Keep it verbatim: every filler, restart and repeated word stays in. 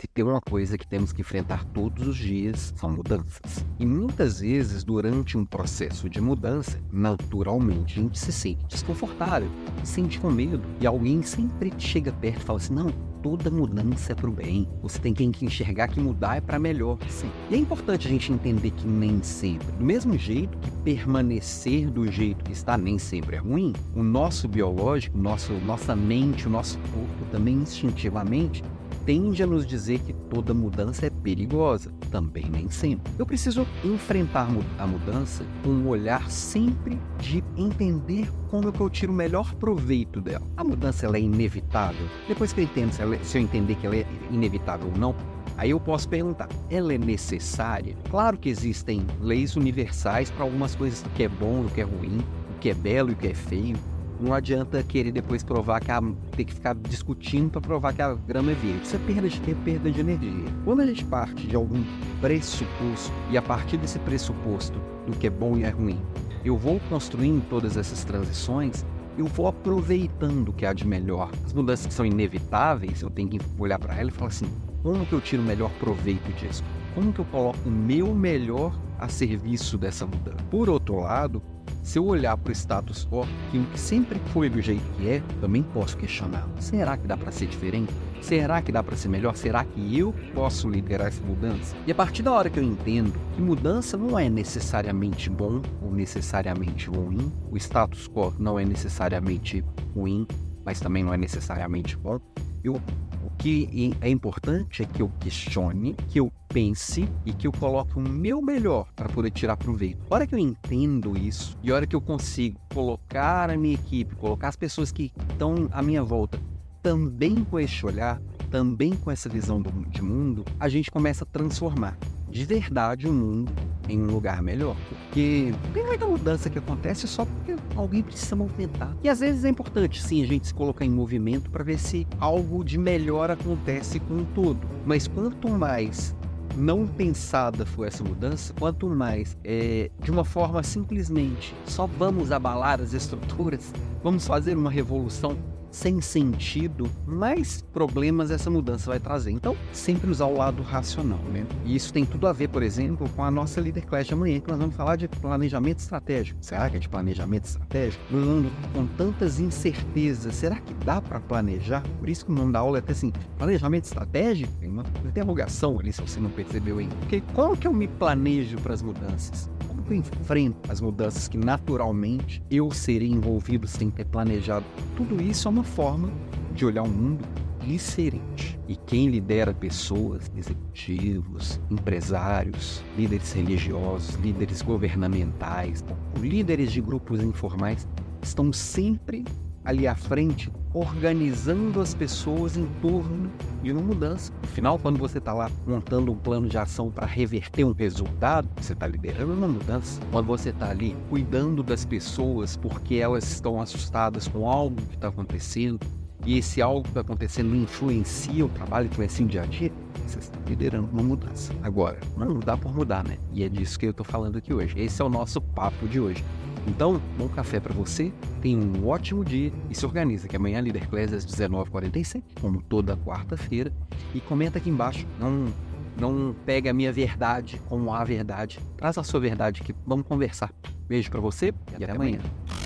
Se tem uma coisa que temos que enfrentar todos os dias, são mudanças. E muitas vezes, durante um processo de mudança, naturalmente a gente se sente desconfortável, se sente com medo. E alguém sempre chega perto e fala assim, não, toda mudança é pro bem. Você tem que enxergar que mudar é para melhor. Sim. E é importante a gente entender que nem sempre, do mesmo jeito que permanecer do jeito que está nem sempre é ruim, o nosso biológico, nosso, nossa mente, o nosso corpo também instintivamente tende a nos dizer que toda mudança é perigosa, também nem sempre. Eu preciso enfrentar a mudança com um olhar sempre de entender como é que eu tiro o melhor proveito dela. A mudança ela é inevitável? Depois que eu entendo, se, ela, se eu entender que ela é inevitável ou não, aí eu posso perguntar, ela é necessária? Claro que existem leis universais para algumas coisas, o que é bom, o que é ruim, o que é belo e o que é feio. Não adianta querer depois provar que a, ter que ficar discutindo para provar que a grama é verde. Isso é perda de tempo, perda de energia. Quando a gente parte de algum pressuposto e a partir desse pressuposto do que é bom e é ruim, eu vou construindo todas essas transições, eu vou aproveitando o que há de melhor. As mudanças que são inevitáveis, eu tenho que olhar para ela e falar assim, como que eu tiro o melhor proveito disso? Como que eu coloco o meu melhor a serviço dessa mudança? Por outro lado, se eu olhar para o status quo, que o que sempre foi do jeito que é, também posso questionar. Será que dá para ser diferente? Será que dá para ser melhor? Será que eu posso liderar essa mudança? E a partir da hora que eu entendo que mudança não é necessariamente bom ou necessariamente ruim, o status quo não é necessariamente ruim, mas também não é necessariamente bom, eu... O que é importante é que eu questione, que eu pense e que eu coloque o meu melhor para poder tirar proveito. A hora que eu entendo isso e a hora que eu consigo colocar a minha equipe, colocar as pessoas que estão à minha volta também com esse olhar, também com essa visão do, de mundo, a gente começa a transformar de verdade o mundo em um lugar melhor. Porque tem muita mudança que acontece só porque alguém precisa movimentar. E às vezes é importante, sim, a gente se colocar em movimento para ver se algo de melhor acontece com o todo. Mas quanto mais não pensada for essa mudança, quanto mais é, de uma forma simplesmente só vamos abalar as estruturas, vamos fazer uma revolução sem sentido, mais problemas essa mudança vai trazer. Então, sempre usar o lado racional, né? E isso tem tudo a ver, por exemplo, com a nossa Leader Class de amanhã, que nós vamos falar de planejamento estratégico. Será que é de planejamento estratégico? No ano com tantas incertezas, será que dá para planejar? Por isso que o nome da aula é até assim, planejamento estratégico? Tem uma interrogação ali, se você não percebeu ainda. Porque como que eu me planejo para as mudanças? Como que eu enfrento as mudanças que naturalmente eu serei envolvido sem ter planejado? Tudo isso é uma forma de olhar o mundo diferente. E quem lidera pessoas, executivos, empresários, líderes religiosos, líderes governamentais, líderes de grupos informais, estão sempre ali à frente, organizando as pessoas em torno de uma mudança. No final, quando você está lá montando um plano de ação para reverter um resultado, você está liderando uma mudança. Quando você está ali cuidando das pessoas porque elas estão assustadas com algo que está acontecendo, e esse algo que está acontecendo influencia o trabalho, influencia o dia a dia, você está liderando uma mudança. Agora, não mudar por mudar, né? E é disso que eu estou falando aqui hoje. Esse é o nosso papo de hoje. Então, bom café para você, tenha um ótimo dia e se organiza, que amanhã a Leader Class é às dezenove e quarenta e sete, como toda quarta-feira, e comenta aqui embaixo, não, não pega a minha verdade como a verdade, traz a sua verdade que vamos conversar. Beijo para você e até, até amanhã. amanhã.